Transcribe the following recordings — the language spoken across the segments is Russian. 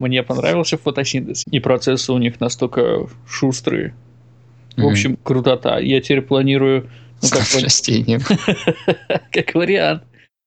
Мне понравился фотосинтез, и процессы у них настолько шустрые. В общем, крутота. Я теперь планирую... Стать растением. Как вариант.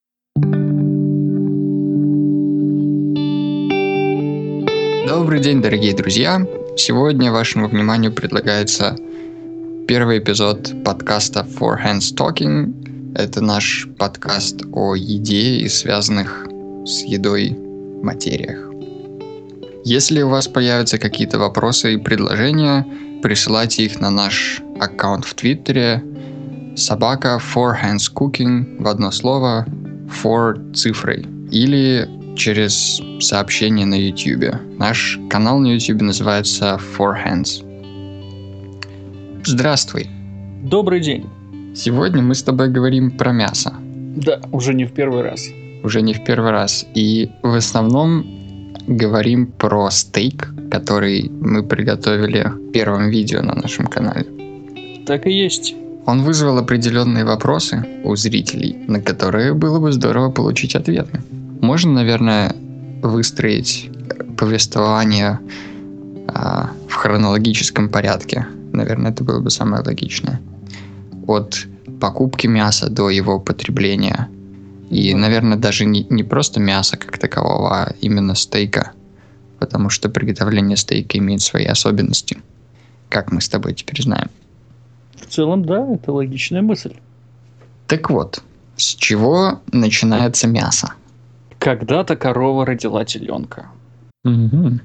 Добрый день, дорогие друзья. Сегодня вашему вниманию предлагается первый эпизод подкаста Four Hands Talking. Это наш подкаст о еде и связанных с едой материях. Если у вас появятся какие-то вопросы и предложения, присылайте их на наш аккаунт в Твиттере собака Four Hands Cooking в одно слово, four цифрой, или через сообщение на YouTube. Наш канал на YouTube называется Four Hands. Здравствуй. Добрый день. Сегодня мы с тобой говорим про мясо. Да, уже не в первый раз. Уже не в первый раз. И в основном говорим про стейк, который мы приготовили в первом видео на нашем канале. Так и есть. Он вызвал определенные вопросы у зрителей, на которые было бы здорово получить ответы. Можно, наверное, выстроить повествование в хронологическом порядке. Наверное, это было бы самое логичное. От покупки мяса до его потребления. И, наверное, даже не просто мяса как такового, а именно стейка. Потому что приготовление стейка имеет свои особенности. Как мы с тобой теперь знаем. В целом, да, это логичная мысль. Так вот, с чего начинается мясо? Когда-то корова родила теленка. Угу.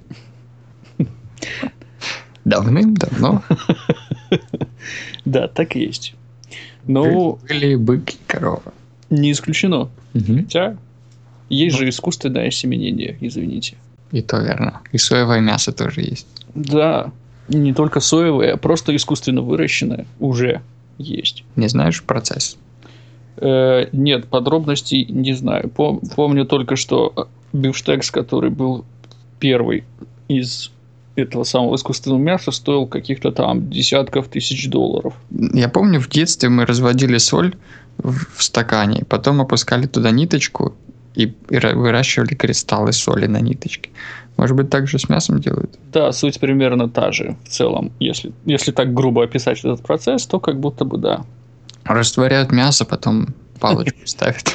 Давным-давно. Да, так и есть. Но были бык и корова. Не исключено. Угу. Хотя есть же искусственное осеменение, извините. И то верно. И соевое мясо тоже есть. Да, не только соевое, а просто искусственно выращенное уже есть. Не знаешь процесс? Нет, подробностей не знаю. Помню только, что бифштекс, который был первый из этого самого искусственного мяса, стоил каких-то там десятков тысяч долларов. Я помню, в детстве мы разводили соль в стакане, потом опускали туда ниточку и выращивали кристаллы соли на ниточке. Может быть, так же с мясом делают? Да, суть примерно та же в целом. Если так грубо описать этот процесс, то как будто бы да. Растворяют мясо, потом палочку ставят.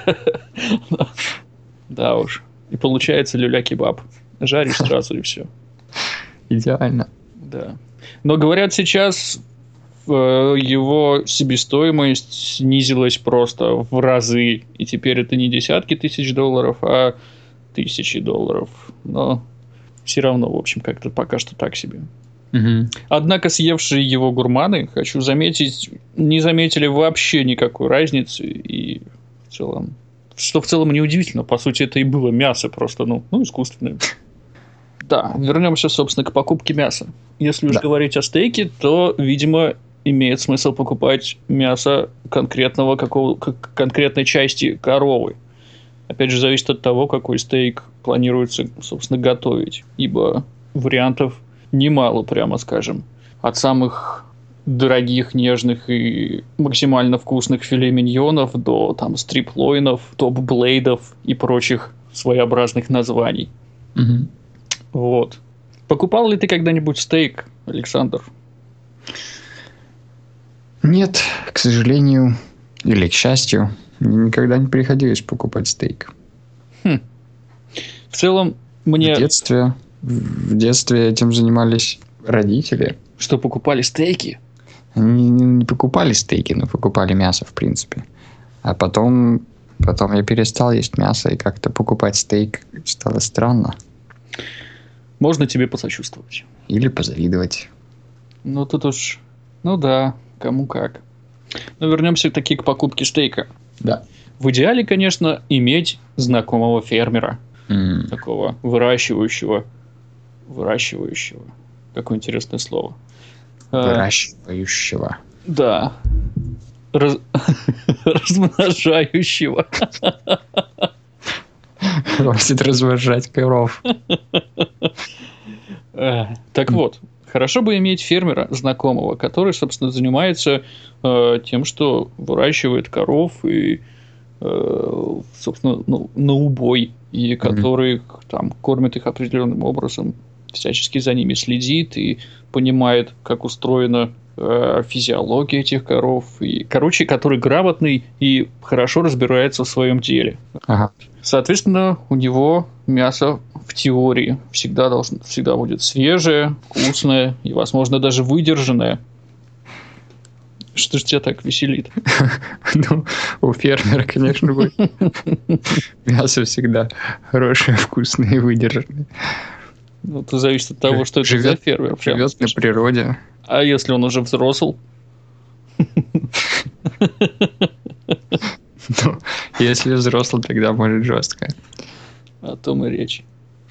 Да уж. И получается люля-кебаб. Жаришь сразу и все. Идеально. Да. Но говорят, сейчас его себестоимость снизилась просто в разы. И теперь это не десятки тысяч долларов, а тысячи долларов. Но все равно, в общем, как-то пока что так себе. Угу. Однако съевшие его гурманы, хочу заметить, не заметили вообще никакой разницы. И в целом... Что в целом неудивительно. По сути, это и было мясо просто, искусственное. Да, вернемся, собственно, к покупке мяса. Если уж говорить о стейке, то, видимо, имеет смысл покупать мясо конкретной части коровы. Опять же, зависит от того, какой стейк планируется, собственно, готовить. Ибо вариантов немало, прямо скажем. От самых дорогих, нежных и максимально вкусных филе миньонов до там стрип-лойнов, топ-блейдов и прочих своеобразных названий. Угу. Вот. Покупал ли ты когда-нибудь стейк, Александр? Нет, к сожалению, или к счастью, никогда не приходилось покупать стейк. В целом, мне... В детстве этим занимались родители. Что, покупали стейки? Они не покупали стейки, но покупали мясо, в принципе. А потом я перестал есть мясо, и как-то покупать стейк стало странно. Можно тебе посочувствовать. Или позавидовать. Тут уж... да, кому как. Но вернемся таки к покупке стейка. Да. В идеале, конечно, иметь знакомого фермера. Такого выращивающего. Какое интересное слово. Выращивающего. Да. Размножающего. Хватит размножать коров. Так вот, хорошо бы иметь фермера знакомого, который, собственно, занимается тем, что выращивает коров и, собственно, на убой и который там кормит их определенным образом, всячески за ними следит и понимает, как устроена физиология этих коров. И, короче, который грамотный и хорошо разбирается в своем деле. Ага. Соответственно, у него мясо в теории всегда будет свежее, вкусное и, возможно, даже выдержанное. Что ж тебя так веселит? Ну, у фермера, конечно, будет мясо всегда хорошее, вкусное и выдержанное. Ну, это зависит от того, что это за фермер. Живет на природе. А если он уже взрослый? Ну, если взрослый, тогда может жестко. О том и речь.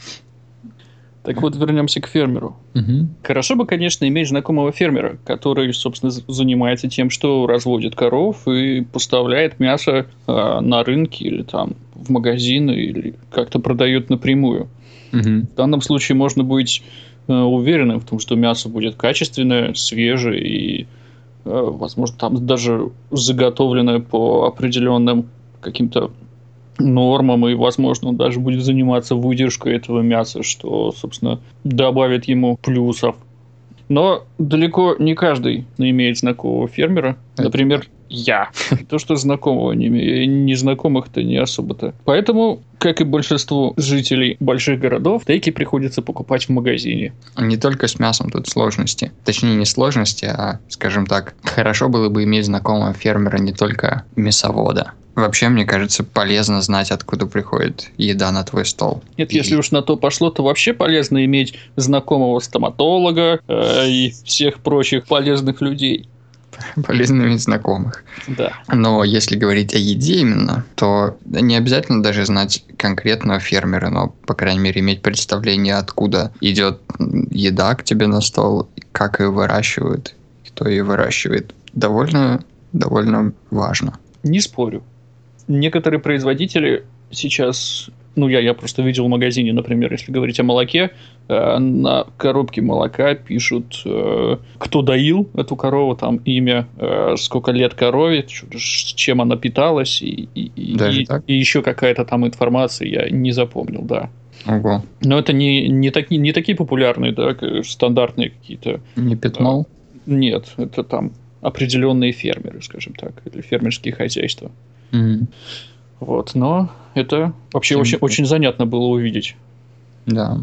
Так вот, вернемся к фермеру. Хорошо бы, конечно, иметь знакомого фермера, который, собственно, занимается тем, что разводит коров и поставляет мясо на рынке или там в магазины, или как-то продает напрямую. В данном случае можно быть уверенным в том, что мясо будет качественное, свежее и, возможно, там даже заготовленное по определенным каким-то нормам, и, возможно, он даже будет заниматься выдержкой этого мяса, что, собственно, добавит ему плюсов. Но далеко не каждый имеет знакомого фермера. Например, я. То, что знакомого не имею, незнакомых-то не особо-то. Поэтому, как и большинству жителей больших городов, стейки приходится покупать в магазине. Не только с мясом тут сложности. Точнее, не сложности, а, скажем так, хорошо было бы иметь знакомого фермера, не только мясовода. Вообще, мне кажется, полезно знать, откуда приходит еда на твой стол. Нет, если уж на то пошло, то вообще полезно иметь знакомого стоматолога и всех прочих полезных людей. Полезно иметь знакомых. Да. Но если говорить о еде именно, то не обязательно даже знать конкретного фермера, но, по крайней мере, иметь представление, откуда идет еда к тебе на стол, как ее выращивают, кто ее выращивает. Довольно важно. Не спорю. Некоторые производители сейчас... Ну, я просто видел в магазине, например, если говорить о молоке, на коробке молока пишут, кто доил эту корову, там имя, сколько лет корове, с чем она питалась, и еще какая-то там информация, я не запомнил, да. Ого. Но это не такие популярные, да, стандартные какие-то. Не Петмол? Нет, это там определенные фермеры, скажем так, или фермерские хозяйства. Вот, но это вообще очень занятно было увидеть. Да.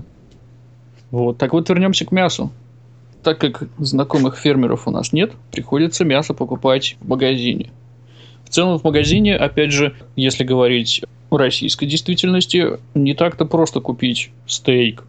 Вот, так вот вернемся к мясу. Так как знакомых фермеров у нас нет, приходится мясо покупать в магазине. В целом в магазине, опять же, если говорить о российской действительности, не так-то просто купить стейк.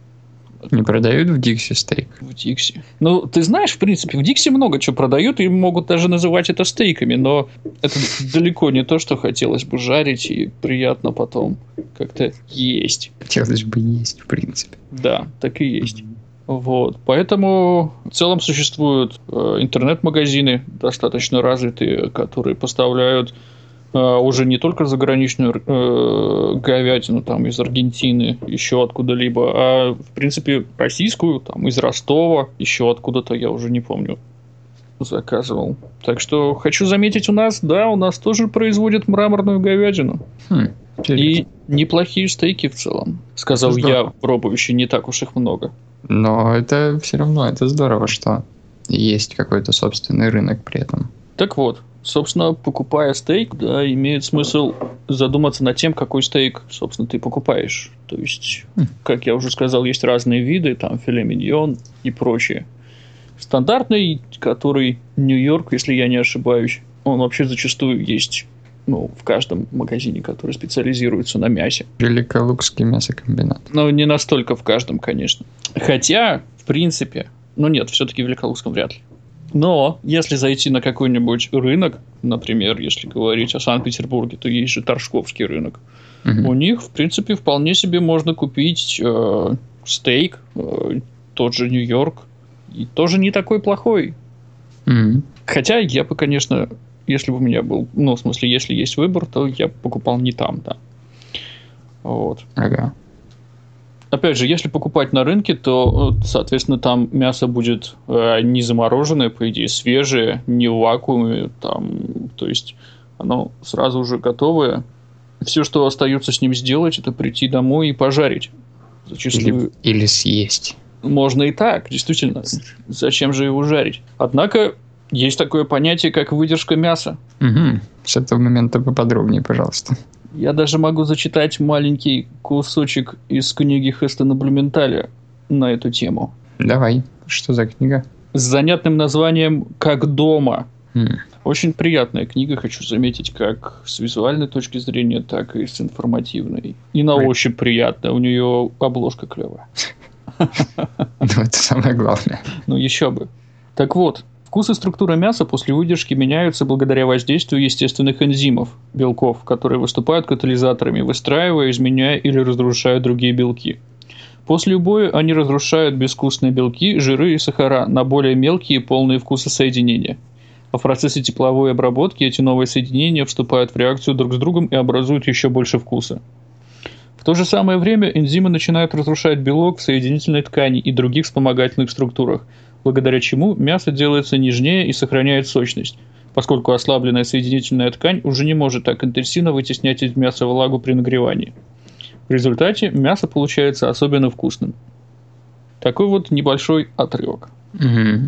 Не продают в Дикси стейк? В Дикси. Ну, ты знаешь, в принципе, в Дикси много чего продают, и могут даже называть это стейками, но это далеко не то, что хотелось бы жарить, и приятно потом как-то есть. Хотелось бы есть, в принципе. Да, так и есть. Вот. Поэтому в целом существуют интернет-магазины достаточно развитые, которые поставляют уже не только заграничную говядину там из Аргентины, еще откуда-либо, а в принципе российскую, там из Ростова, еще откуда-то, я уже не помню, заказывал. Так что хочу заметить, у нас тоже производят мраморную говядину. И неплохие стейки в целом, сказал я, пробующий, не так уж их много. Но это все равно, это здорово, что есть какой-то собственный рынок при этом. Так вот, собственно, покупая стейк, да, имеет смысл задуматься над тем, какой стейк, собственно, ты покупаешь. То есть, как я уже сказал, есть разные виды, там филе миньон и прочее. Стандартный, который Нью-Йорк, если я не ошибаюсь, он вообще зачастую есть, в каждом магазине, который специализируется на мясе. Великолукский мясокомбинат. Но не настолько в каждом, конечно. Хотя, в принципе, нет, все-таки в Великолукском вряд ли. Но если зайти на какой-нибудь рынок, например, если говорить о Санкт-Петербурге, то есть же Торжковский рынок. У них, в принципе, вполне себе можно купить стейк, тот же Нью-Йорк, и тоже не такой плохой. Хотя я бы, конечно, если бы у меня был, в смысле, если есть выбор, то я бы покупал не там, да. Вот. Ага. Опять же, если покупать на рынке, то, соответственно, там мясо будет не замороженное, по идее, свежее, не в вакууме, там, то есть оно сразу уже готовое. все, что остается с ним сделать, это прийти домой и пожарить. Зачастую... Или съесть. Можно и так, действительно. Зачем же его жарить? Однако есть такое понятие, как выдержка мяса. Угу. С этого момента поподробнее, пожалуйста. Я даже могу зачитать маленький кусочек из книги Хестона Блюменталя на эту тему. Давай. Что за книга? С занятным названием «Как дома». М. Очень приятная книга, хочу заметить, как с визуальной точки зрения, так и с информативной. И на ощупь приятная, у нее обложка клевая. Ну, это самое главное. Ну, еще бы. Так вот, вкус и структура мяса после выдержки меняются благодаря воздействию естественных энзимов, белков, которые выступают катализаторами, выстраивая, изменяя или разрушая другие белки. После убоя они разрушают безвкусные белки, жиры и сахара на более мелкие, полные вкуса соединения. А в процессе тепловой обработки эти новые соединения вступают в реакцию друг с другом и образуют еще больше вкуса. В то же самое время энзимы начинают разрушать белок в соединительной ткани и других вспомогательных структурах, благодаря чему мясо делается нежнее и сохраняет сочность, поскольку ослабленная соединительная ткань уже не может так интенсивно вытеснять из мяса влагу при нагревании. В результате мясо получается особенно вкусным. Такой вот небольшой отрывок. Угу.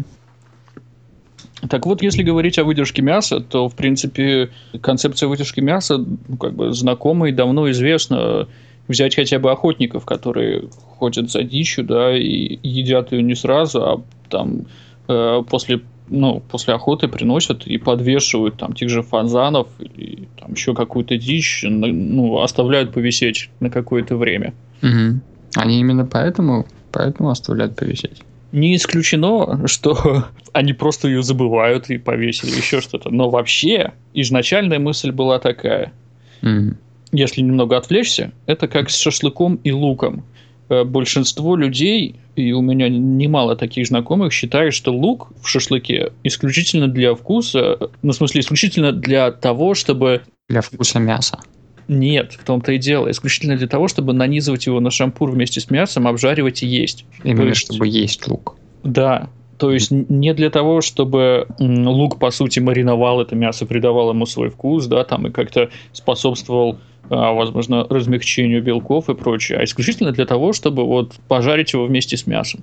Так вот, если говорить о выдержке мяса, то, в принципе, концепция выдержки мяса знакома и давно известна. Взять хотя бы охотников, которые ходят за дичью, да, и едят ее не сразу, а там после охоты приносят и подвешивают там тех же фазанов или там еще какую-то дичь, оставляют повисеть на какое-то время. Угу. Они именно поэтому оставляют повисеть? Не исключено, что они просто ее забывают и повесили, еще что-то. Но вообще изначальная мысль была такая. Если немного отвлечься, это как с шашлыком и луком. Большинство людей, и у меня немало таких знакомых, считают, что лук в шашлыке исключительно для вкуса, исключительно для того, чтобы... Для вкуса мяса. Нет, в том-то и дело. Исключительно для того, чтобы нанизывать его на шампур вместе с мясом, обжаривать и есть. Именно чтобы есть лук. Да. То есть не для того, чтобы лук, по сути, мариновал это мясо, придавал ему свой вкус, да, там и как-то способствовал, возможно, размягчению белков и прочее, а исключительно для того, чтобы вот пожарить его вместе с мясом.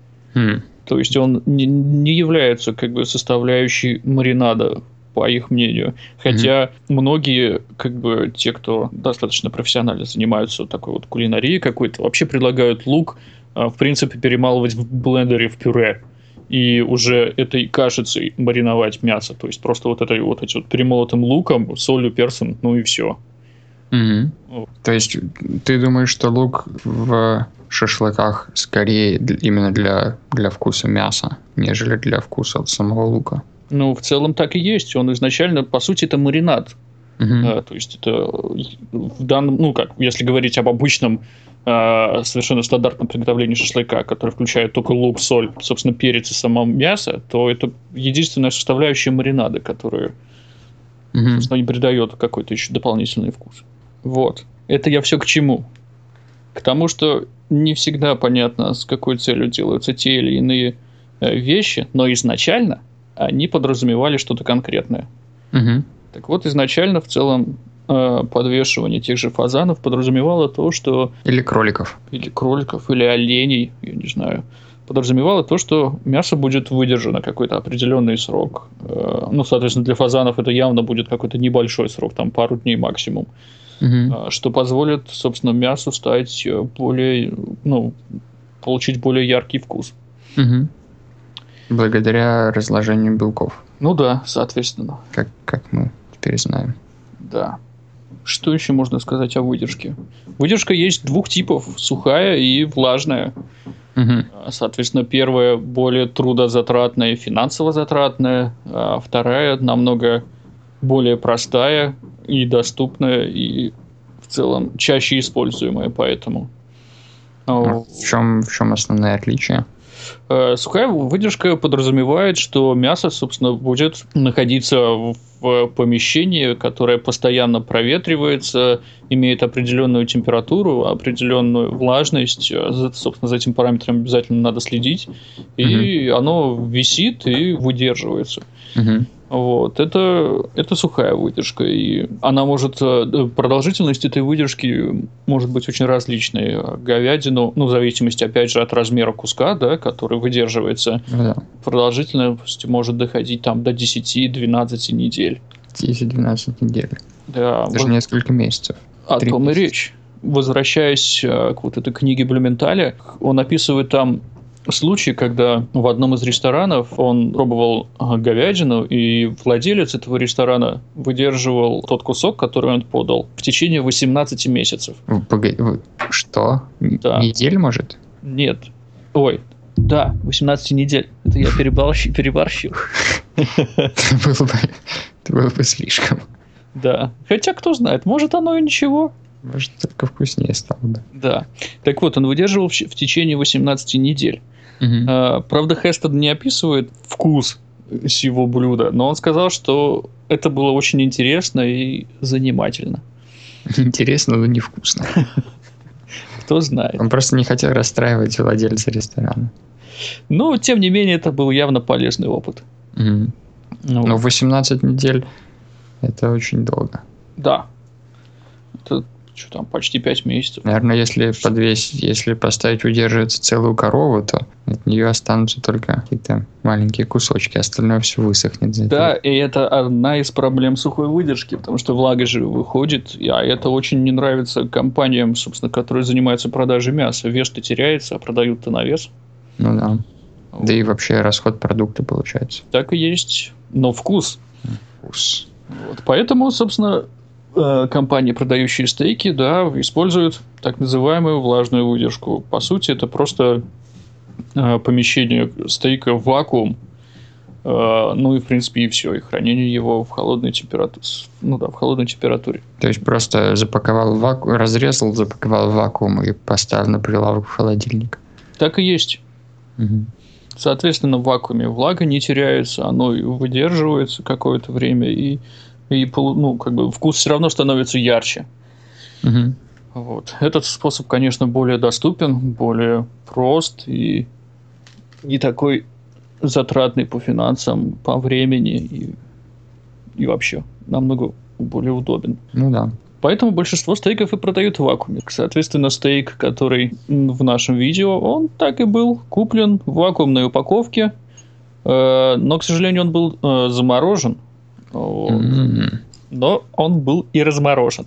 То есть он не является составляющей маринада, по их мнению. Хотя многие, те, кто достаточно профессионально занимаются такой вот кулинарией какой-то, вообще предлагают лук, в принципе, перемалывать в блендере в пюре. И уже этой кашицей мариновать мясо. То есть просто этим перемолотым луком, солью, перцем, и все. То есть ты думаешь, что лук в шашлыках скорее именно для вкуса мяса, нежели для вкуса самого лука? В целом так и есть. Он изначально, по сути, это маринад. То есть это в данном, если говорить об обычном совершенно стандартном приготовлении шашлыка, который включает только лук, соль, собственно, перец и само мясо, то это единственная составляющая маринада, которая, собственно, не придает какой-то еще дополнительный вкус. Вот. Это я все к чему? К тому, что не всегда понятно, с какой целью делаются те или иные вещи, но изначально они подразумевали что-то конкретное. Так вот, изначально в целом подвешивание тех же фазанов подразумевало то, что... Или кроликов, или оленей, я не знаю. Подразумевало то, что мясо будет выдержано какой-то определенный срок. Соответственно, для фазанов это явно будет какой-то небольшой срок, там пару дней максимум. Что позволит, собственно, мясу стать более... получить более яркий вкус. Благодаря разложению белков. Да, соответственно. Как мы теперь знаем. Да. Что еще можно сказать о выдержке? Выдержка есть двух типов: сухая и влажная. Соответственно, первая более трудозатратная и финансово затратная, а вторая намного более простая и доступная, и в целом чаще используемая, поэтому. В чем основное отличие? Сухая выдержка подразумевает, что мясо, собственно, будет находиться в помещении, которое постоянно проветривается, имеет определенную температуру, определенную влажность. Собственно, за этим параметром обязательно надо следить. И оно висит и выдерживается. Вот, это сухая выдержка, и она может, продолжительность этой выдержки может быть очень различной. Говядину, ну, в зависимости, опять же, от размера куска, да, который выдерживается, Ну да. продолжительность может доходить там до 10-12 недель. 10-12 недель. Да, Даже несколько месяцев. о 3 том и месяца. речь. Возвращаясь к вот этой книге Блюменталя, он описывает там случай, когда в одном из ресторанов он пробовал говядину, и владелец этого ресторана выдерживал тот кусок, который он подал, в течение 18 месяцев. Что? Да. Недель, может? Нет. Ой, да, 18 недель. Это я переборщил. Это было бы слишком. Да. Хотя, кто знает, может, оно и ничего. Может, только вкуснее стало бы. Да. Так вот, он выдерживал в течение 18 недель. Правда, Хестед не описывает вкус сего блюда, но он сказал, что это было очень интересно и занимательно. Интересно, но невкусно. Кто знает. Он просто не хотел расстраивать владельца ресторана. Но, тем не менее, это был явно полезный опыт. Ну, Но 18 недель это очень долго. Да. Это что там, почти 5 месяцев. Наверное, если поставить удерживаться целую корову, то от нее останутся только какие-то маленькие кусочки, остальное все высохнет. Да, и это одна из проблем сухой выдержки, потому что влага же выходит, а это очень не нравится компаниям, собственно, которые занимаются продажей мяса. Вес-то теряется, а продают-то на вес. Ну да. Да и вообще расход продукта получается. Так и есть. Но вкус. Вкус. Вот. Поэтому, собственно, компании, продающие стейки, да, используют так называемую влажную выдержку. По сути, это просто помещение стейка в вакуум. Ну и, в принципе, и все. И хранение его в холодной температуре. Ну да, в холодной температуре. То есть просто запаковал в вакуум, разрезал, запаковал в вакуум и поставил на прилавок в холодильник. Так и есть. Угу. Соответственно, в вакууме влага не теряется, оно и выдерживается какое-то время, и ну, как бы вкус все равно становится ярче. Угу. Вот. Этот способ, конечно, более доступен, более прост и не такой затратный по финансам, по времени и вообще намного более удобен. Ну да. Поэтому большинство стейков и продают в вакууме. Соответственно, стейк, который в нашем видео, он так и был куплен в вакуумной упаковке, но, к сожалению, он был заморожен. Вот. Но он был и разморожен.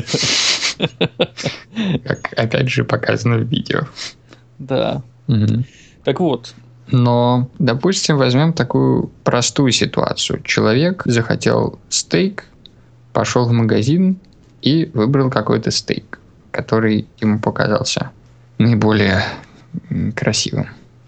Как опять же показано в видео. Да. Так вот. Но, допустим, возьмем такую простую ситуацию. Человек захотел стейк, пошел в магазин и выбрал какой-то стейк, который ему показался наиболее красивым.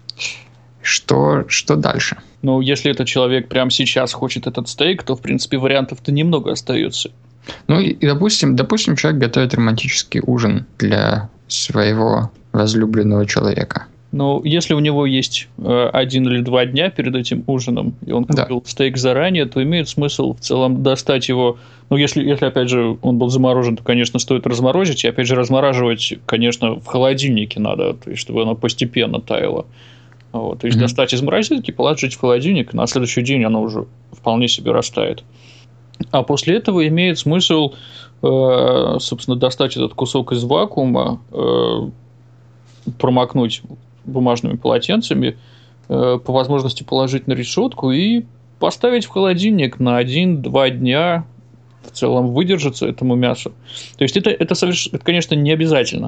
Что дальше? Ну, если этот человек прямо сейчас хочет этот стейк, то, в принципе, вариантов-то немного остается. Ну, и допустим, человек готовит романтический ужин для своего возлюбленного человека. Ну, если у него есть 1 или 2 дня перед этим ужином, и он купил стейк заранее, то имеет смысл в целом достать его. Ну, если опять же, он был заморожен, то, конечно, стоит разморозить. И, опять же, размораживать, конечно, в холодильнике надо, то есть, чтобы оно постепенно таяло. Вот, то есть, достать из морозилки, положить в холодильник, на следующий день оно уже вполне себе растает. А после этого имеет смысл, собственно, достать этот кусок из вакуума, промокнуть бумажными полотенцами, по возможности положить на решетку и поставить в холодильник на 1-2 дня, в целом выдержаться этому мясу. То есть это конечно, не обязательно,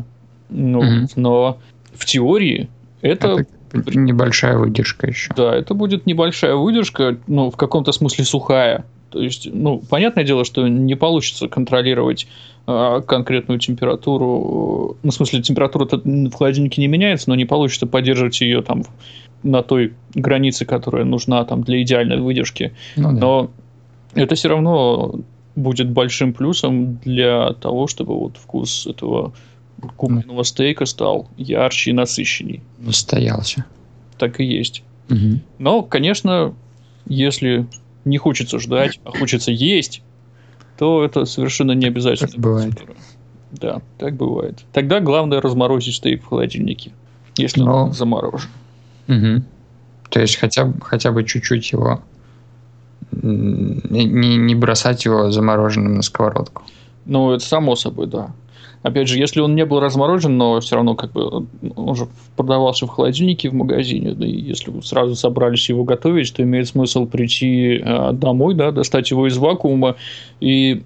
но в теории это небольшая выдержка еще. Да, это будет небольшая выдержка, ну, в каком-то смысле сухая. То есть, ну, понятное дело, что не получится контролировать конкретную температуру. Ну, в смысле, температура-то в холодильнике не меняется, но не получится поддерживать ее там на той границе, которая нужна там для идеальной выдержки. Ну, да. Но это все равно будет большим плюсом для того, чтобы вот вкус этого купленного стейка стал ярче и насыщенней. Настоялся. Так и есть. Но, конечно, если не хочется ждать, а хочется есть, то это совершенно не обязательно. Так бывает. Да, так бывает. Тогда главное разморозить стейк в холодильнике, если он заморожен. То есть хотя бы чуть-чуть его не бросать его замороженным на сковородку. Ну, это само собой, да. Опять же, если он не был разморожен, но все равно как бы он же продавался в холодильнике в магазине, да, и если вы сразу собрались его готовить, то имеет смысл прийти домой, да, достать его из вакуума и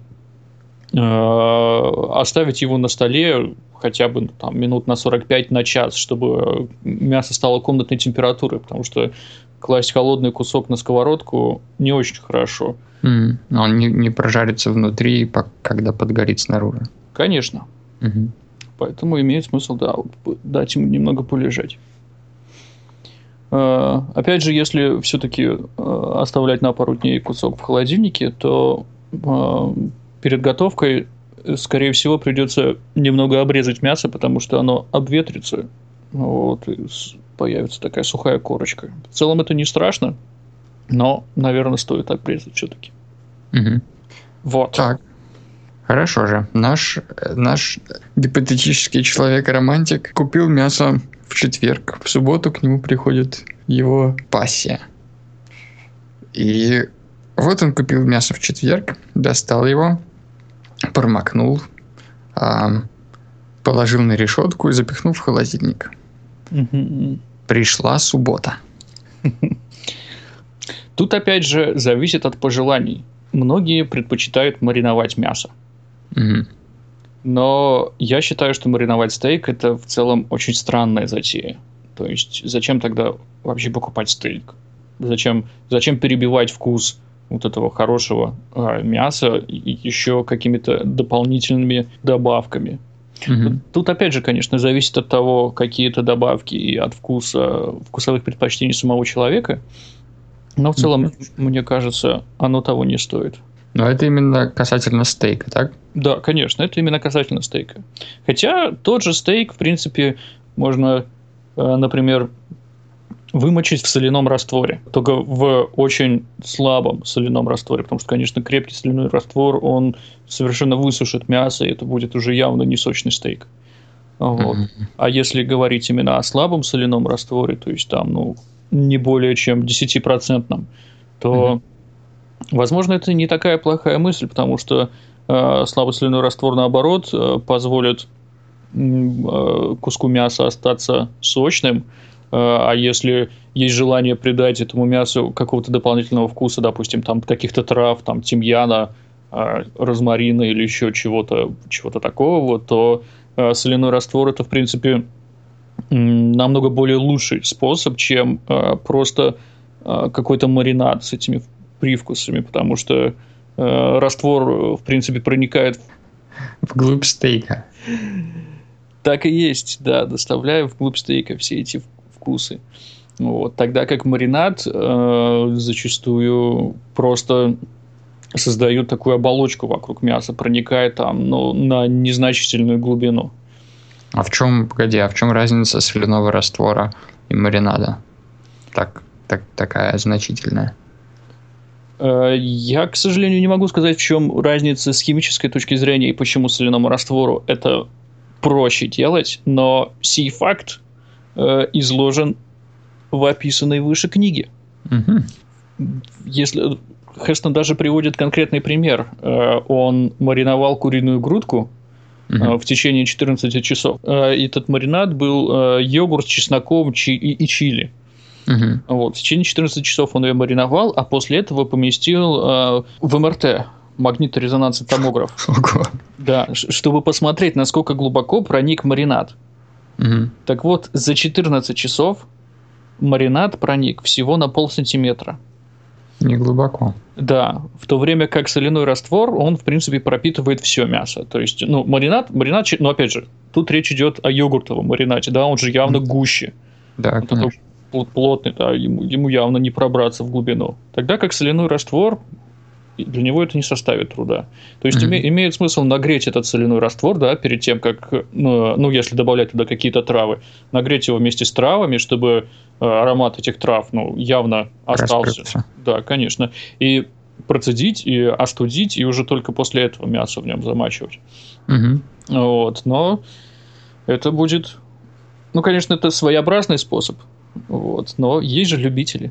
оставить его на столе хотя бы там минут на 45 на час, чтобы мясо стало комнатной температуры, потому что класть холодный кусок на сковородку не очень хорошо. Он не прожарится внутри, когда подгорит снаружи. Конечно. Поэтому имеет смысл, да, дать ему немного полежать. Опять же, если все-таки оставлять на пару дней кусок в холодильнике, то перед готовкой, скорее всего, придется немного обрезать мясо, потому что оно обветрится, вот, и появится такая сухая корочка. В целом это не страшно, но, наверное, стоит обрезать все-таки. Вот. Так. Хорошо же. Наш гипотетический человек-романтик купил мясо в четверг. В субботу к нему приходит его пассия. И вот он купил мясо в четверг, достал его, промокнул, положил на решетку и запихнул в холодильник. Пришла суббота. Тут опять же зависит от пожеланий. Многие предпочитают мариновать мясо. Но я считаю, что мариновать стейк — это в целом очень странная затея. То есть зачем тогда вообще покупать стейк? Зачем перебивать вкус вот этого хорошего мяса еще какими-то дополнительными добавками? Тут опять же, конечно, зависит от того, какие это добавки, и от вкусовых предпочтений самого человека. Но в целом, мне кажется, оно того не стоит. Но это именно касательно стейка, так? Да, конечно, это именно касательно стейка. Хотя тот же стейк, в принципе, можно, например, вымочить в соляном растворе. Только в очень слабом соляном растворе. Потому что, конечно, крепкий соляной раствор, он совершенно высушит мясо, и это будет уже явно не сочный стейк. Вот. А если говорить именно о слабом соляном растворе, то есть там, не более чем 10%, то, возможно, это не такая плохая мысль, потому что слабый соляной раствор, наоборот, позволит куску мяса остаться сочным, а если есть желание придать этому мясу какого-то дополнительного вкуса, допустим, там каких-то трав, там тимьяна, розмарина или еще чего-то такого, то соляной раствор — это, в принципе, намного более лучший способ, чем просто какой-то маринад с этими привкусами, потому что раствор, в принципе, проникает вглубь стейка. Так и есть, да, доставляя вглубь стейка все эти вкусы. Вот. Тогда как маринад зачастую просто создают такую оболочку вокруг мяса, проникая там, на незначительную глубину. А в чем разница соляного раствора и маринада? Такая значительная. Я, к сожалению, не могу сказать, в чем разница с химической точки зрения и почему соляному раствору это проще делать, но сей факт изложен в описанной выше книге. Если Хестон даже приводит конкретный пример. Он мариновал куриную грудку в течение 14 часов. Этот маринад был йогурт с чесноком и чили. Вот. В течение 14 часов он ее мариновал, а после этого поместил в МРТ, магниторезонансный томограф. Да, чтобы посмотреть, насколько глубоко проник маринад. Так вот, за 14 часов маринад проник всего на полсантиметра. Не глубоко. Да, в то время как соляной раствор, он, в принципе, пропитывает все мясо. То есть, маринад, опять же, тут речь идет о йогуртовом маринаде, да, он же явно гуще. Да, конечно. Плотный, да, ему явно не пробраться в глубину. Тогда как соляной раствор, для него это не составит труда. То есть имеет смысл нагреть этот соляной раствор, да, перед тем, как, если добавлять туда какие-то травы, нагреть его вместе с травами, чтобы аромат этих трав, явно остался. Да, конечно. И процедить, и остудить, и уже только после этого мясо в нем замачивать. Вот, но это будет... конечно, это своеобразный способ, вот, но есть же любители.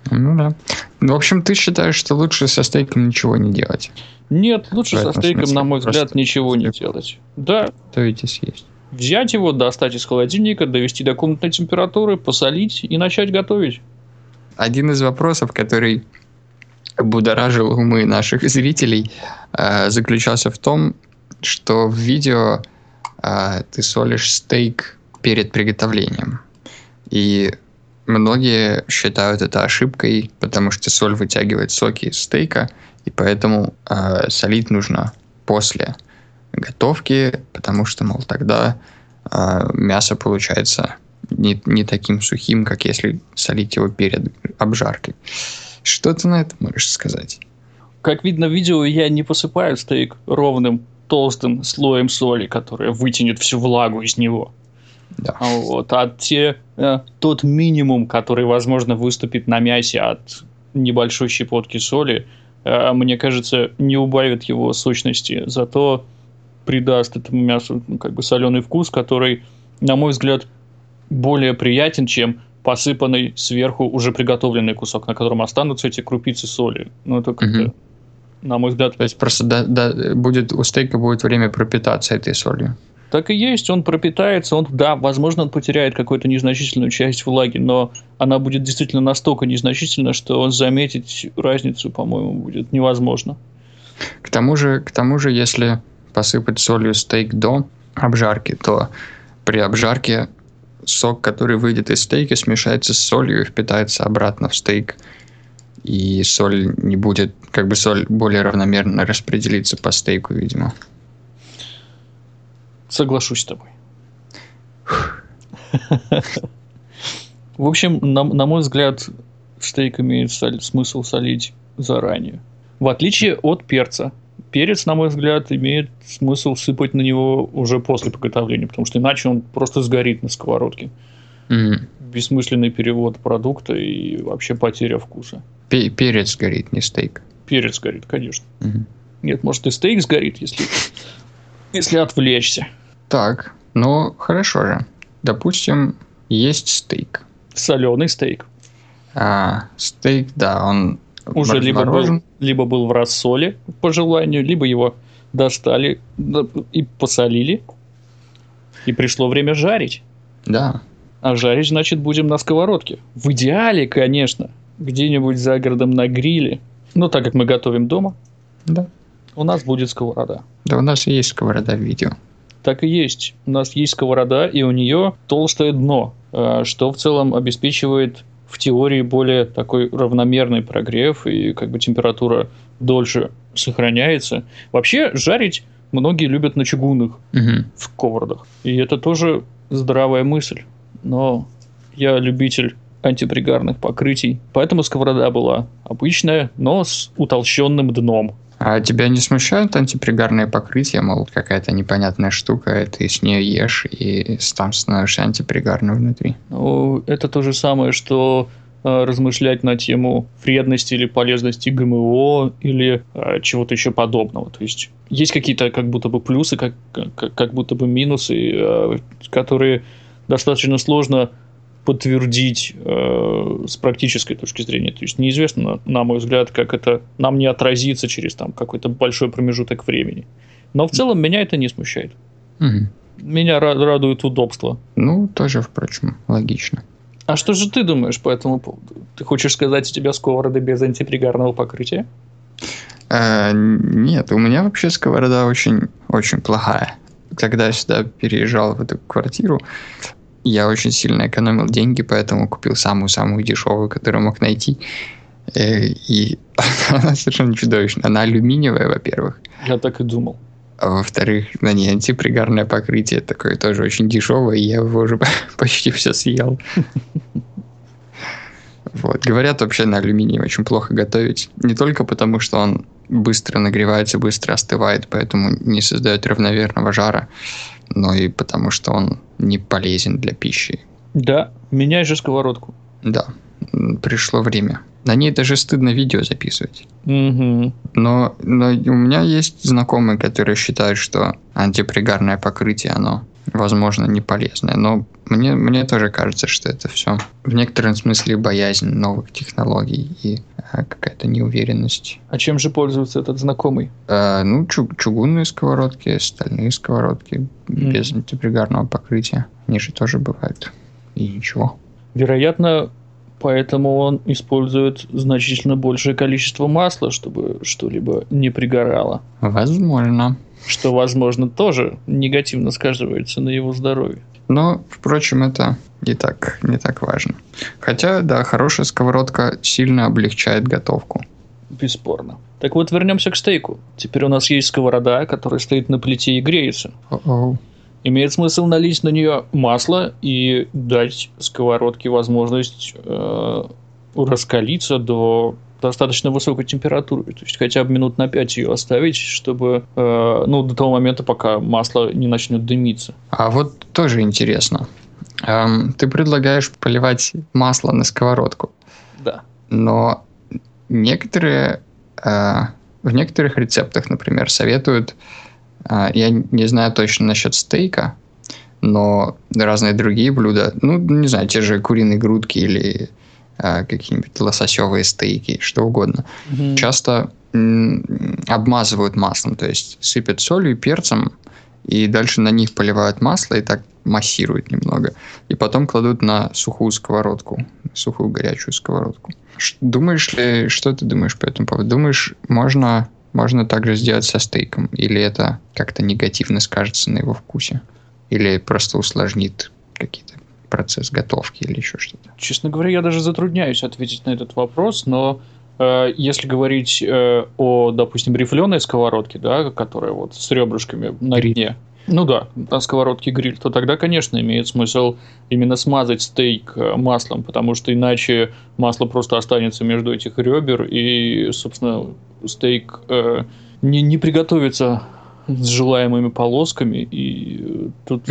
Ну да. В общем, ты считаешь, что лучше со стейком ничего не делать? Нет, лучше В со этом стейком, смысле на мой взгляд, просто ничего не стейк делать. Да, готовить и съесть. взять его, достать из холодильника, довести до комнатной температуры, посолить и начать готовить. Один из вопросов, который будоражил умы наших зрителей, заключался в том, что в видео ты солишь стейк перед приготовлением. И многие считают это ошибкой, потому что соль вытягивает соки из стейка, и поэтому солить нужно после готовки, потому что, мол, тогда мясо получается не таким сухим, как если солить его перед обжаркой. Что ты на это можешь сказать? Как видно в видео, я не посыпаю стейк ровным толстым слоем соли, которая вытянет всю влагу из него. Да. Тот минимум, который, возможно, выступит на мясе от небольшой щепотки соли, мне кажется, не убавит его сочности, зато придаст этому мясу соленый вкус, который, на мой взгляд, более приятен, чем посыпанный сверху уже приготовленный кусок, на котором останутся эти крупицы соли. Ну, это как-то, на мой взгляд... То есть просто у стейка будет время пропитаться этой солью. Так и есть, он пропитается, возможно, он потеряет какую-то незначительную часть влаги, но она будет действительно настолько незначительна, что заметить разницу, по-моему, будет невозможно. К тому же, если посыпать солью стейк до обжарки, то при обжарке сок, который выйдет из стейка, смешается с солью и впитается обратно в стейк. И соль не будет, соль более равномерно распределится по стейку, видимо. Соглашусь с тобой. В общем, на мой взгляд, стейк имеет смысл солить заранее. В отличие от перца. Перец, на мой взгляд, имеет смысл сыпать на него уже после приготовления, потому что иначе он просто сгорит на сковородке. Бессмысленный перевод продукта и вообще потеря вкуса. Перец сгорит, не стейк. Перец сгорит, конечно. Нет, может и стейк сгорит, если отвлечься. Так, ну хорошо же. Допустим, есть стейк. Соленый стейк. Стейк, да, он уже либо был в рассоле по желанию, либо его достали и посолили, и пришло время жарить. Да. А жарить, значит, будем на сковородке. В идеале, конечно, где-нибудь за городом на гриле. Но так как мы готовим дома, да, у нас будет сковорода. Да, у нас и есть сковорода в видео. Так и есть. У нас есть сковорода, и у нее толстое дно, что в целом обеспечивает в теории более такой равномерный прогрев, и температура дольше сохраняется. Вообще, жарить многие любят на чугунных сковородах. И это тоже здравая мысль. Но я любитель антипригарных покрытий, поэтому сковорода была обычная, но с утолщенным дном. А тебя не смущают антипригарные покрытия, мол, какая-то непонятная штука, ты с нее ешь и там становишься антипригарным внутри? Ну, это то же самое, что размышлять на тему вредности или полезности ГМО или чего-то еще подобного. То есть какие-то как будто бы плюсы, как будто бы минусы, которые достаточно сложно подтвердить с практической точки зрения. То есть неизвестно, на мой взгляд, как это нам не отразится через какой-то большой промежуток времени. Но в целом меня это не смущает. Меня радует удобство. Ну, тоже, впрочем, логично. А что же ты думаешь по этому поводу? Ты хочешь сказать, у тебя сковорода без антипригарного покрытия? Нет, у меня вообще сковорода очень, очень плохая. Когда я сюда переезжал в эту квартиру, я очень сильно экономил деньги, поэтому купил самую-самую дешевую, которую мог найти. И она совершенно чудовищная. Она алюминиевая, во-первых. Я так и думал. А во-вторых, на ней антипригарное покрытие такое тоже очень дешевое, и я его уже почти все съел. Вот. Говорят, вообще на алюминии очень плохо готовить. Не только потому, что он быстро нагревается, быстро остывает, поэтому не создает равномерного жара, но и потому, что он не полезен для пищи. Да, меняй же сковородку. Да, пришло время. На ней даже стыдно видео записывать. Угу. Но у меня есть знакомые, которые считают, что антипригарное покрытие, оно возможно, не полезное. Но мне тоже кажется, что это все в некотором смысле боязнь новых технологий и какая-то неуверенность. А чем же пользуется этот знакомый? Чугунные сковородки, стальные сковородки без антипригарного покрытия. Они же тоже бывают. И ничего. Вероятно, поэтому он использует значительно большее количество масла, чтобы что-либо не пригорало. Возможно. Что, возможно, тоже негативно сказывается на его здоровье. Но, впрочем, это не так важно. Хотя, да, хорошая сковородка сильно облегчает готовку. Бесспорно. Так вот, вернемся к стейку. Теперь у нас есть сковорода, которая стоит на плите и греется. Имеет смысл налить на нее масло и дать сковородке возможность раскалиться до достаточно высокой температуры. То есть хотя бы минут на 5 ее оставить, чтобы до того момента, пока масло не начнет дымиться. А вот тоже интересно. Ты предлагаешь поливать масло на сковородку. Да. Но в некоторых рецептах, например, советуют, я не знаю точно насчет стейка, но разные другие блюда, не знаю, те же куриные грудки или какие-нибудь лососевые стейки, что угодно, часто обмазывают маслом, то есть сыпят солью и перцем, и дальше на них поливают масло и так массируют немного, и потом кладут на сухую сковородку, сухую горячую сковородку. Что ты думаешь по этому поводу? Думаешь, можно также сделать со стейком? Или это как-то негативно скажется на его вкусе? Или просто усложнит какие-то процесс готовки или еще что-то? Честно говоря, я даже затрудняюсь ответить на этот вопрос, но если говорить о, допустим, рифленой сковородке, да, которая вот с ребрышками на дне, на сковородке гриль, то тогда, конечно, имеет смысл именно смазать стейк маслом, потому что иначе масло просто останется между этих ребер, и, собственно, стейк не приготовится с желаемыми полосками, и тут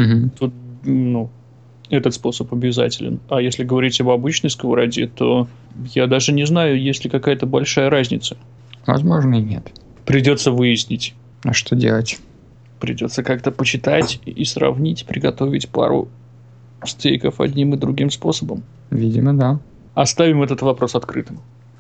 этот способ обязателен. А если говорить об обычной сковороде, то я даже не знаю, есть ли какая-то большая разница. Возможно, и нет. Придется выяснить. А что делать? Придется как-то почитать и сравнить, приготовить пару стейков одним и другим способом. Видимо, да. Оставим этот вопрос открытым.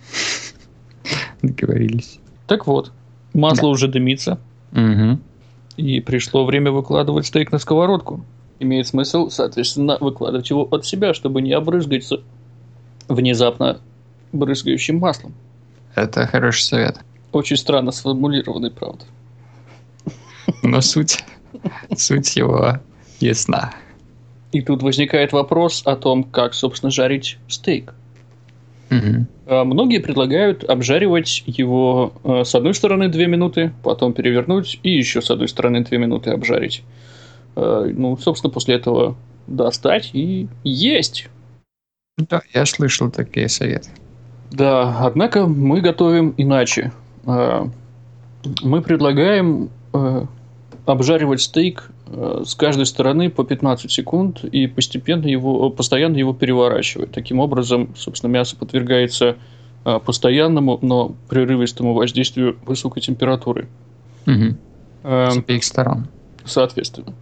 Договорились. Так вот, масло уже дымится. Угу. И пришло время выкладывать стейк на сковородку. Имеет смысл, соответственно, выкладывать его от себя, чтобы не обрызгаться внезапно брызгающим маслом. Это хороший совет. Очень странно сформулированный, правда. Но суть его ясна. И тут возникает вопрос о том, как, собственно, жарить стейк. Угу. Многие предлагают обжаривать его с одной стороны 2 минуты, потом перевернуть и еще с одной стороны 2 минуты обжарить. Собственно, после этого достать и есть. Да, я слышал такие советы. Да, однако мы готовим иначе. Мы предлагаем обжаривать стейк с каждой стороны по 15 секунд и постоянно его переворачивать. Таким образом, собственно, мясо подвергается постоянному, но прерывистому воздействию высокой температуры. Угу. С обеих сторон. Соответственно.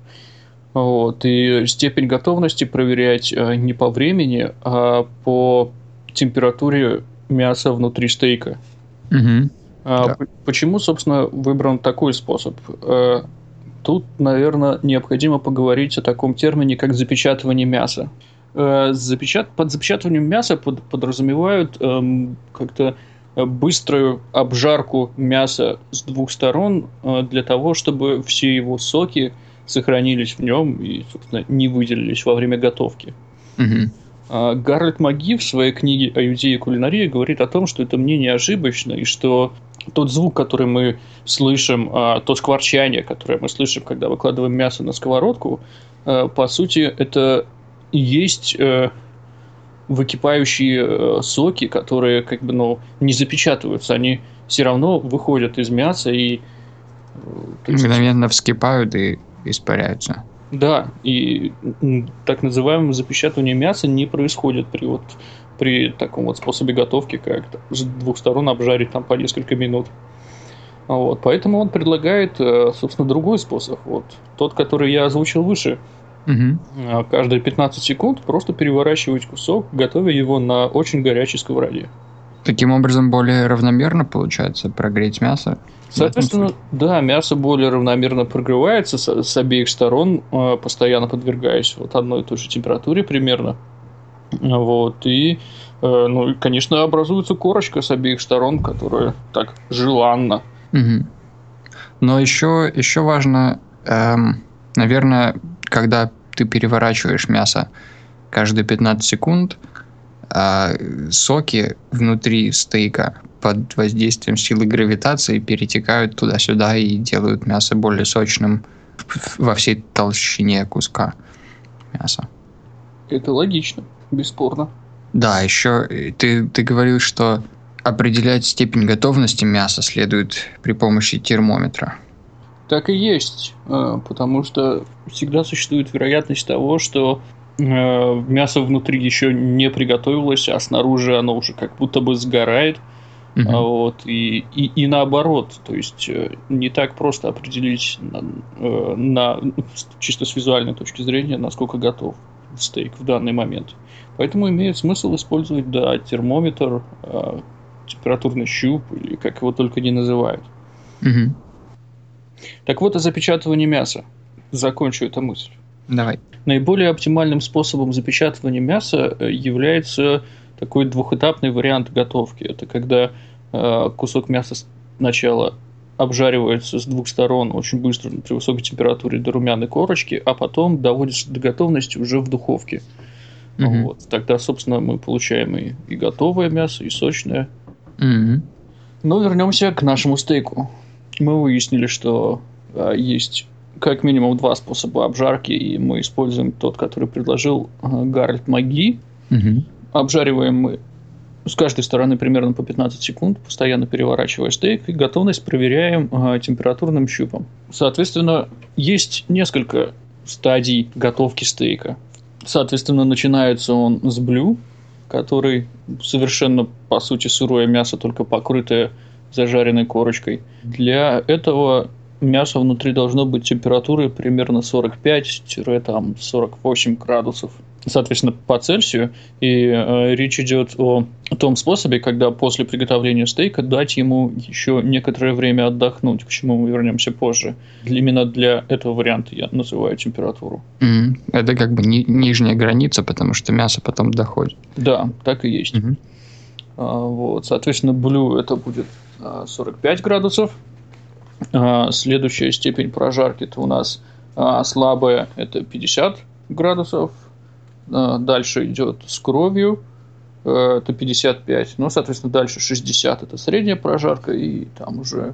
И степень готовности проверять не по времени, а по температуре мяса внутри стейка. Угу. Да. Почему, собственно, выбран такой способ? Тут, наверное, необходимо поговорить о таком термине, как запечатывание мяса. Под запечатыванием мяса подразумевают как-то быструю обжарку мяса с двух сторон для того, чтобы все его соки сохранились в нем и, собственно, не выделились во время готовки. Угу. Гарольд Маги в своей книге «Аюдея и кулинария» говорит о том, что это мнение ошибочно, и что тот звук, который мы слышим, то скворчание, которое мы слышим, когда выкладываем мясо на сковородку, по сути, это и есть выкипающие соки, которые не запечатываются, они все равно выходят из мяса и мгновенно вскипают и испаряются. Да, и так называемое запечатывание мяса не происходит при таком вот способе готовки, как с двух сторон обжарить там по несколько минут. Поэтому он предлагает, собственно, другой способ. Тот, который я озвучил выше. Каждые 15 секунд просто переворачивать кусок, готовя его на очень горячей сковороде. Таким образом, более равномерно получается прогреть мясо. Соответственно, да, мясо более равномерно прогревается с обеих сторон, постоянно подвергаясь вот одной и той же температуре примерно. Вот, и, конечно, образуется корочка с обеих сторон, которая так желанна. Но еще важно, наверное, когда ты переворачиваешь мясо каждые 15 секунд, соки внутри стейка под воздействием силы гравитации перетекают туда-сюда и делают мясо более сочным во всей толщине куска мяса. Это логично, бесспорно. Да, еще ты говорил, что определять степень готовности мяса следует при помощи термометра. Так и есть, потому что всегда существует вероятность того, что мясо внутри еще не приготовилось, а снаружи оно уже как будто бы сгорает. Вот, и наоборот, то есть не так просто определить чисто с визуальной точки зрения, насколько готов стейк в данный момент. Поэтому имеет смысл использовать, да, термометр, температурный щуп, или как его только не называют. Так вот, о запечатывании мяса. Закончу эту мысль. Давай. Наиболее оптимальным способом запечатывания мяса является такой двухэтапный вариант готовки. Это когда кусок мяса сначала обжаривается с двух сторон очень быстро при высокой температуре до румяной корочки, а потом доводится до готовности уже в духовке. Вот. Тогда, собственно, мы получаем и готовое мясо, и сочное. Но вернемся к нашему стейку. Мы выяснили, что есть как минимум два способа обжарки, и мы используем тот, который предложил Гарольд Маги. Обжариваем мы с каждой стороны примерно по 15 секунд, постоянно переворачивая стейк, и готовность проверяем температурным щупом. Соответственно, есть несколько стадий готовки стейка. Соответственно, начинается он с блю, который совершенно, по сути, сырое мясо, только покрытое зажаренной корочкой. Для этого мясо внутри должно быть температурой примерно 45-48 градусов. Соответственно, по Цельсию. И речь идет о том способе, когда после приготовления стейка дать ему еще некоторое время отдохнуть, к чему мы вернемся позже. Именно для этого варианта я называю температуру. Это как бы нижняя граница, потому что мясо потом доходит. Да, так и есть. Вот, соответственно, блю это будет 45 градусов. Следующая степень прожарки это у нас слабая, это 50 градусов. Дальше идет с кровью, это 55. Ну, соответственно, дальше 60 это средняя прожарка, и там уже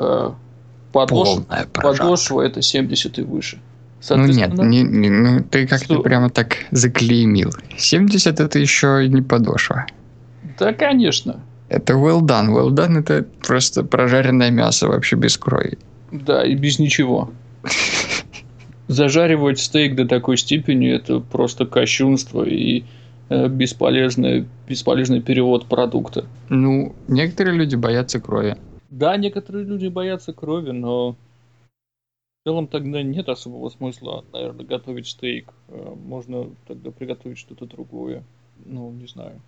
подошва это 70 и выше. Ну нет, ты как-то прямо так заклеймил. 70 это еще и не подошва. Да, конечно. Это well done. Well done это просто прожаренное мясо вообще без крови. Да, и без ничего. Зажаривать стейк до такой степени это просто кощунство и бесполезный перевод продукта. Ну, некоторые люди боятся крови. Да, некоторые люди боятся крови, но в целом тогда нет особого смысла, наверное, готовить стейк. Можно тогда приготовить что-то другое. Ну, не знаю.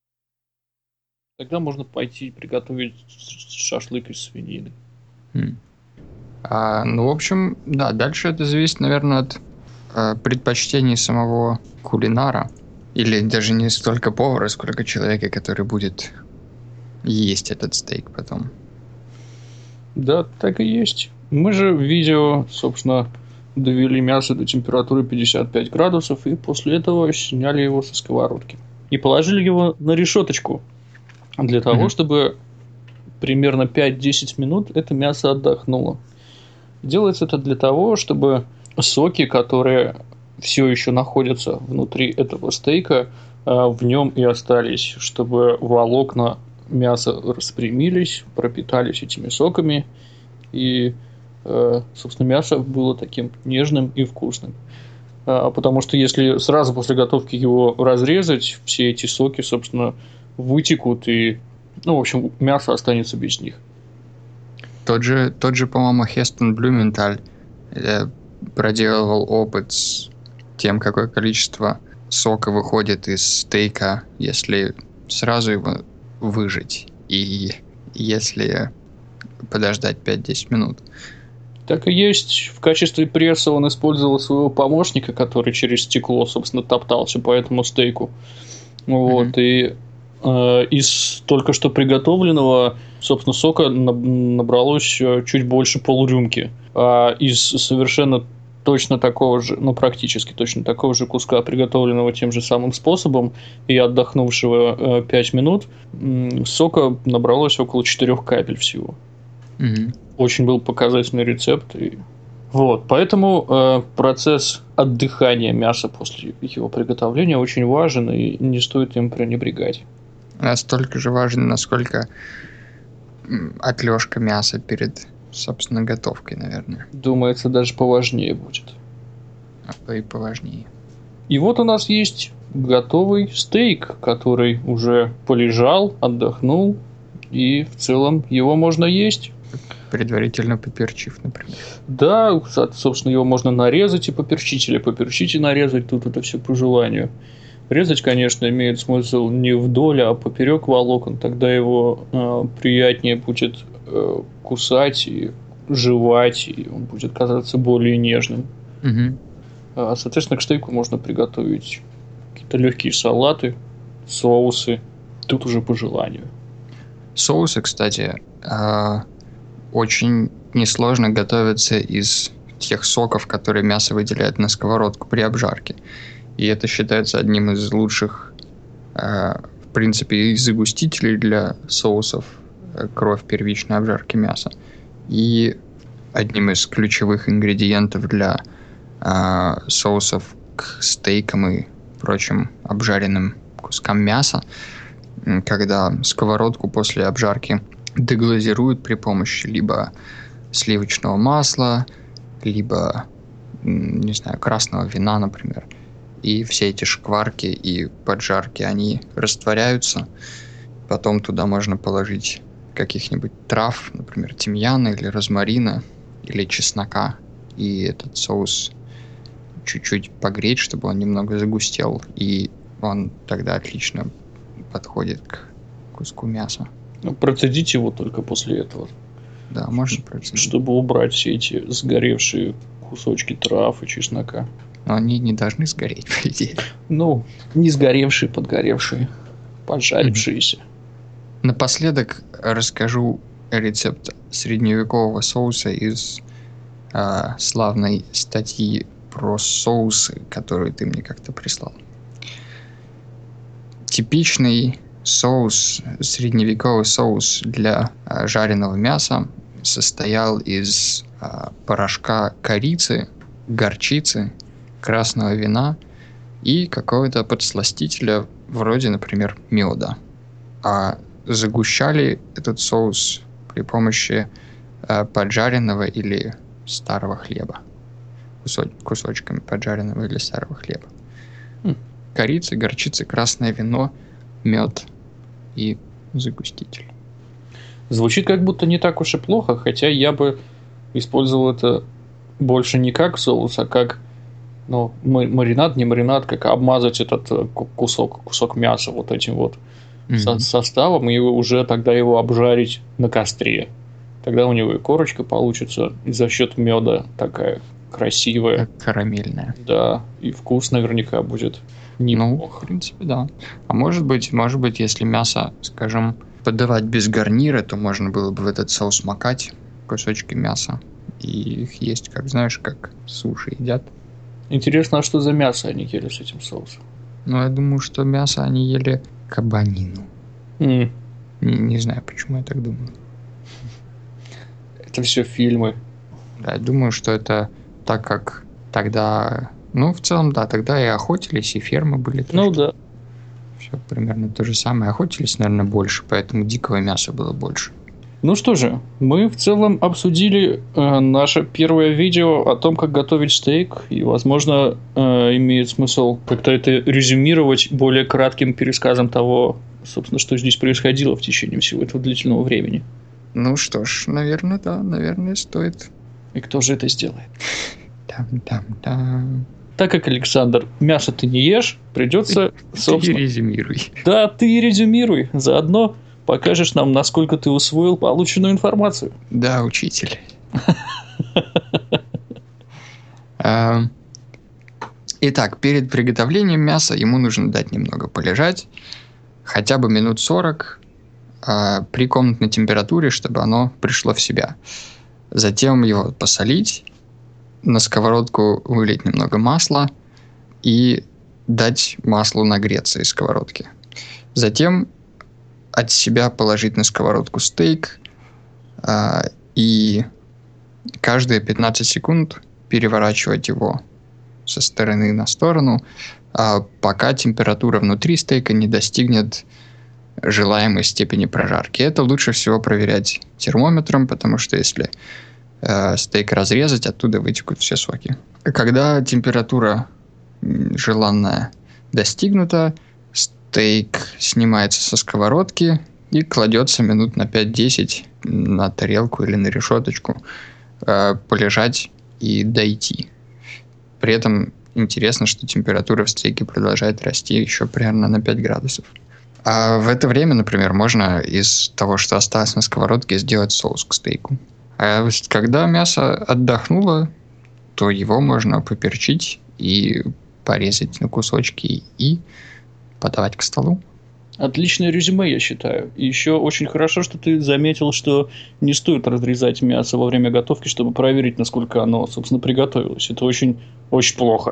Тогда можно пойти приготовить шашлык из свинины. Ну, в общем, да, дальше это зависит, наверное, от предпочтений самого кулинара. Или даже не столько повара, сколько человека, который будет есть этот стейк потом. Да, так и есть. Мы же в видео, собственно, довели мясо до температуры 55 градусов, и после этого сняли его со сковородки. И положили его на решеточку, для того, чтобы примерно 5-10 минут это мясо отдохнуло. Делается это для того, чтобы соки, которые все еще находятся внутри этого стейка, в нем и остались, чтобы волокна мяса распрямились, пропитались этими соками, и, собственно, мясо было таким нежным и вкусным. Потому что если сразу после готовки его разрезать, все эти соки, собственно, вытекут, и, в общем, мясо останется без них. Тот же, по-моему, Хестон Блюменталь проделывал опыт с тем, какое количество сока выходит из стейка, если сразу его выжать и если подождать 5-10 минут. Так и есть. В качестве пресса он использовал своего помощника, который через стекло, собственно, топтался по этому стейку. Вот, и из только что приготовленного, собственно, сока набралось чуть больше полурюмки. А из совершенно точно такого же, ну, практически точно такого же куска, приготовленного тем же самым способом и отдохнувшего 5 минут, сока набралось около 4 капель всего. Очень был показательный рецепт. Вот, поэтому процесс отдыхания мяса после его приготовления очень важен, и не стоит им пренебрегать. Настолько же важен, насколько отлежка мяса перед, собственно, готовкой, наверное. Думается, даже поважнее будет. А то и поважнее. И вот у нас есть готовый стейк, который уже полежал, отдохнул, и в целом его можно есть. Предварительно поперчив, например. Да, собственно, его можно нарезать и поперчить, или поперчить и нарезать, тут это все по желанию. Резать, конечно, имеет смысл не вдоль, а поперек волокон, тогда его приятнее будет кусать и жевать, и он будет казаться более нежным. Соответственно, к стейку можно приготовить какие-то легкие салаты, соусы, тут уже по желанию. Соусы, кстати, очень несложно готовятся из тех соков, которые мясо выделяет на сковородку при обжарке. И это считается одним из лучших, в принципе, и загустителей для соусов кровь первичной обжарки мяса. И одним из ключевых ингредиентов для соусов к стейкам и прочим обжаренным кускам мяса, когда сковородку после обжарки деглазируют при помощи либо сливочного масла, либо, не знаю, красного вина, например. И все эти шкварки и поджарки, они растворяются. Потом туда можно положить каких-нибудь трав, например, тимьяна или розмарина, или чеснока. И этот соус чуть-чуть погреть, чтобы он немного загустел. И он тогда отлично подходит к куску мяса. Ну, процедить его только после этого. Да, можно процедить. Чтобы убрать все эти сгоревшие кусочки трав и чеснока. Но они не должны сгореть, по идее. Ну, не сгоревшие, подгоревшие, поджарившиеся. Напоследок расскажу рецепт средневекового соуса из славной статьи про соусы, которую ты мне как-то прислал. Типичный соус, средневековый соус для жареного мяса состоял из порошка корицы, горчицы, красного вина и какого-то подсластителя вроде, например, меда. А загущали этот соус при помощи поджаренного или старого хлеба. Кусочками поджаренного или старого хлеба. Корица, горчица, красное вино, мед и загуститель. Звучит как будто не так уж и плохо, хотя я бы использовал это больше не как соус, а как маринад, не маринад, как обмазать этот кусок мяса вот этим вот составом и уже тогда его обжарить на костре. Тогда у него и корочка получится, и за счет меда такая красивая. Карамельная. Да, и вкус наверняка будет неплохо. В принципе, да. А может быть, если мясо, скажем, подавать без гарнира, то можно было бы в этот соус макать кусочки мяса и их есть, как знаешь, как суши едят. Интересно, а что за мясо они ели с этим соусом? Ну, я думаю, что мясо они ели кабанину. Не знаю, почему я так думаю. Это все фильмы. Да, я думаю, что это так как тогда... Ну, в целом, да, тогда и охотились, и фермы были. Ну, да. Все примерно то же самое. Охотились, наверное, больше, поэтому дикого мяса было больше. Ну что же, мы в целом обсудили наше первое видео о том, как готовить стейк, и, возможно, имеет смысл как-то это резюмировать более кратким пересказом того, собственно, что здесь происходило в течение всего этого длительного времени. Ну что ж, наверное, да, наверное, стоит. И кто же это сделает? Там-там-там. Так как, Александр, мясо ты не ешь, придется, собственно... Ты резюмируй. Да, ты резюмируй. Заодно покажешь нам, насколько ты усвоил полученную информацию. Да, учитель. А, Итак, перед приготовлением мяса ему нужно дать немного полежать, хотя бы минут 40 при комнатной температуре, чтобы оно пришло в себя. Затем его посолить, на сковородку вылить немного масла и дать маслу нагреться из сковородки. Затем от себя положить на сковородку стейк и каждые 15 секунд переворачивать его со стороны на сторону, пока температура внутри стейка не достигнет желаемой степени прожарки. Это лучше всего проверять термометром, потому что если стейк разрезать, оттуда вытекут все соки. Когда температура желанная достигнута, стейк снимается со сковородки и кладется минут на 5-10 на тарелку или на решеточку полежать и дойти. При этом интересно, что температура в стейке продолжает расти еще примерно на 5 градусов. А в это время, например, можно из того, что осталось на сковородке, сделать соус к стейку. А когда мясо отдохнуло, то его можно поперчить и порезать на кусочки и подавать к столу. Отличное резюме, я считаю. И еще очень хорошо, что ты заметил, что не стоит разрезать мясо во время готовки, чтобы проверить, насколько оно, собственно, приготовилось. Это очень, очень плохо.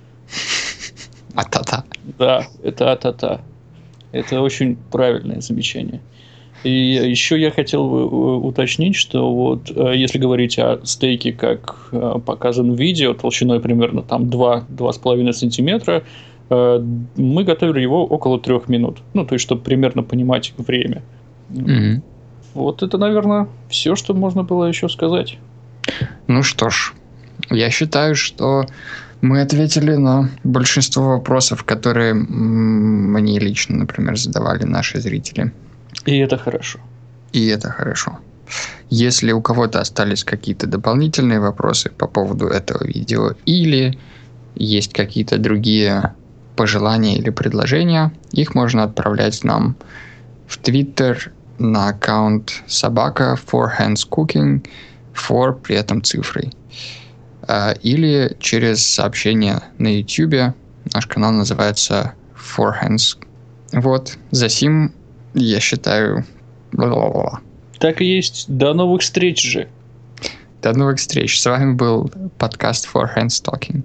А-та-та. Да, это а-та-та. Это очень правильное замечание. И еще я хотел бы уточнить, что вот если говорить о стейке, как показано в видео, толщиной примерно там 2-2,5 сантиметра, мы готовили его около 3 минут. Ну, то есть, чтобы примерно понимать время. Mm-hmm. Вот это, наверное, все, что можно было еще сказать. Ну что ж, я считаю, что мы ответили на большинство вопросов, которые мне лично, например, задавали наши зрители. И это хорошо. И это хорошо. Если у кого-то остались какие-то дополнительные вопросы по поводу этого видео или есть какие-то другие пожелания или предложения, их можно отправлять нам в Твиттер на аккаунт собака forhandscooking, for при этом цифрой. Или через сообщение на YouTube. Наш канал называется forhands. Вот, засим, я считаю... Так и есть. До новых встреч же. До новых встреч. С вами был подкаст For Hands Talking.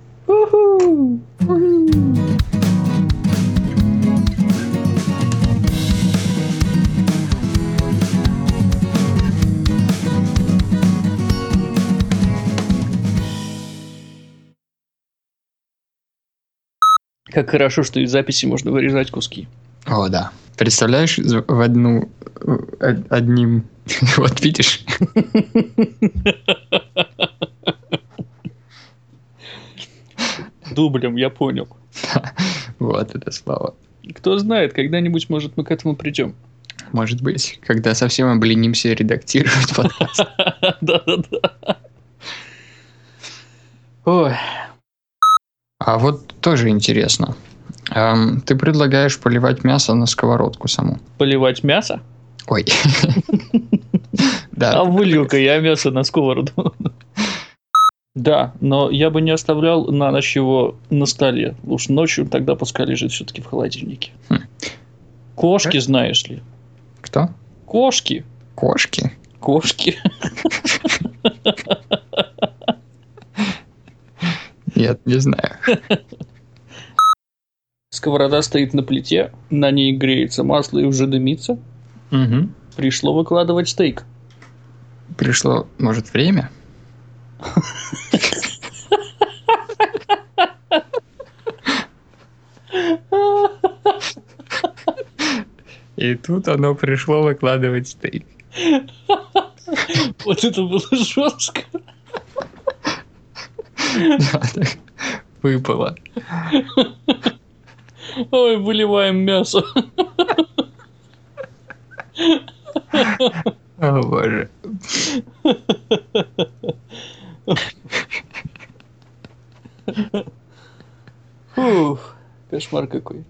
Как хорошо, что из записи можно вырезать куски. О, да. Представляешь, одним... Вот видишь? Дублем, я понял. Вот это слава. Кто знает, когда-нибудь, может, мы к этому придем. Может быть, когда совсем обленимся редактировать подкаст. Да-да-да. Ой. А вот тоже интересно. Ты предлагаешь поливать мясо на сковородку саму. Поливать мясо? Ой. Да. А вылил-ка я мясо на сковороду. Да, но я бы не оставлял на ночь его на столе. Уж ночью тогда пускай лежит все-таки в холодильнике. Кошки, знаешь ли? Кто? Кошки. Кошки? Кошки. Нет, не знаю. Сковорода стоит на плите, на ней греется масло и уже дымится. Угу. Пришло выкладывать стейк. Пришло, может, время? И тут оно пришло выкладывать стейк. Вот это было жестко. Выпало. Ой, выливаем мясо. О, боже. Фух, кошмар какой.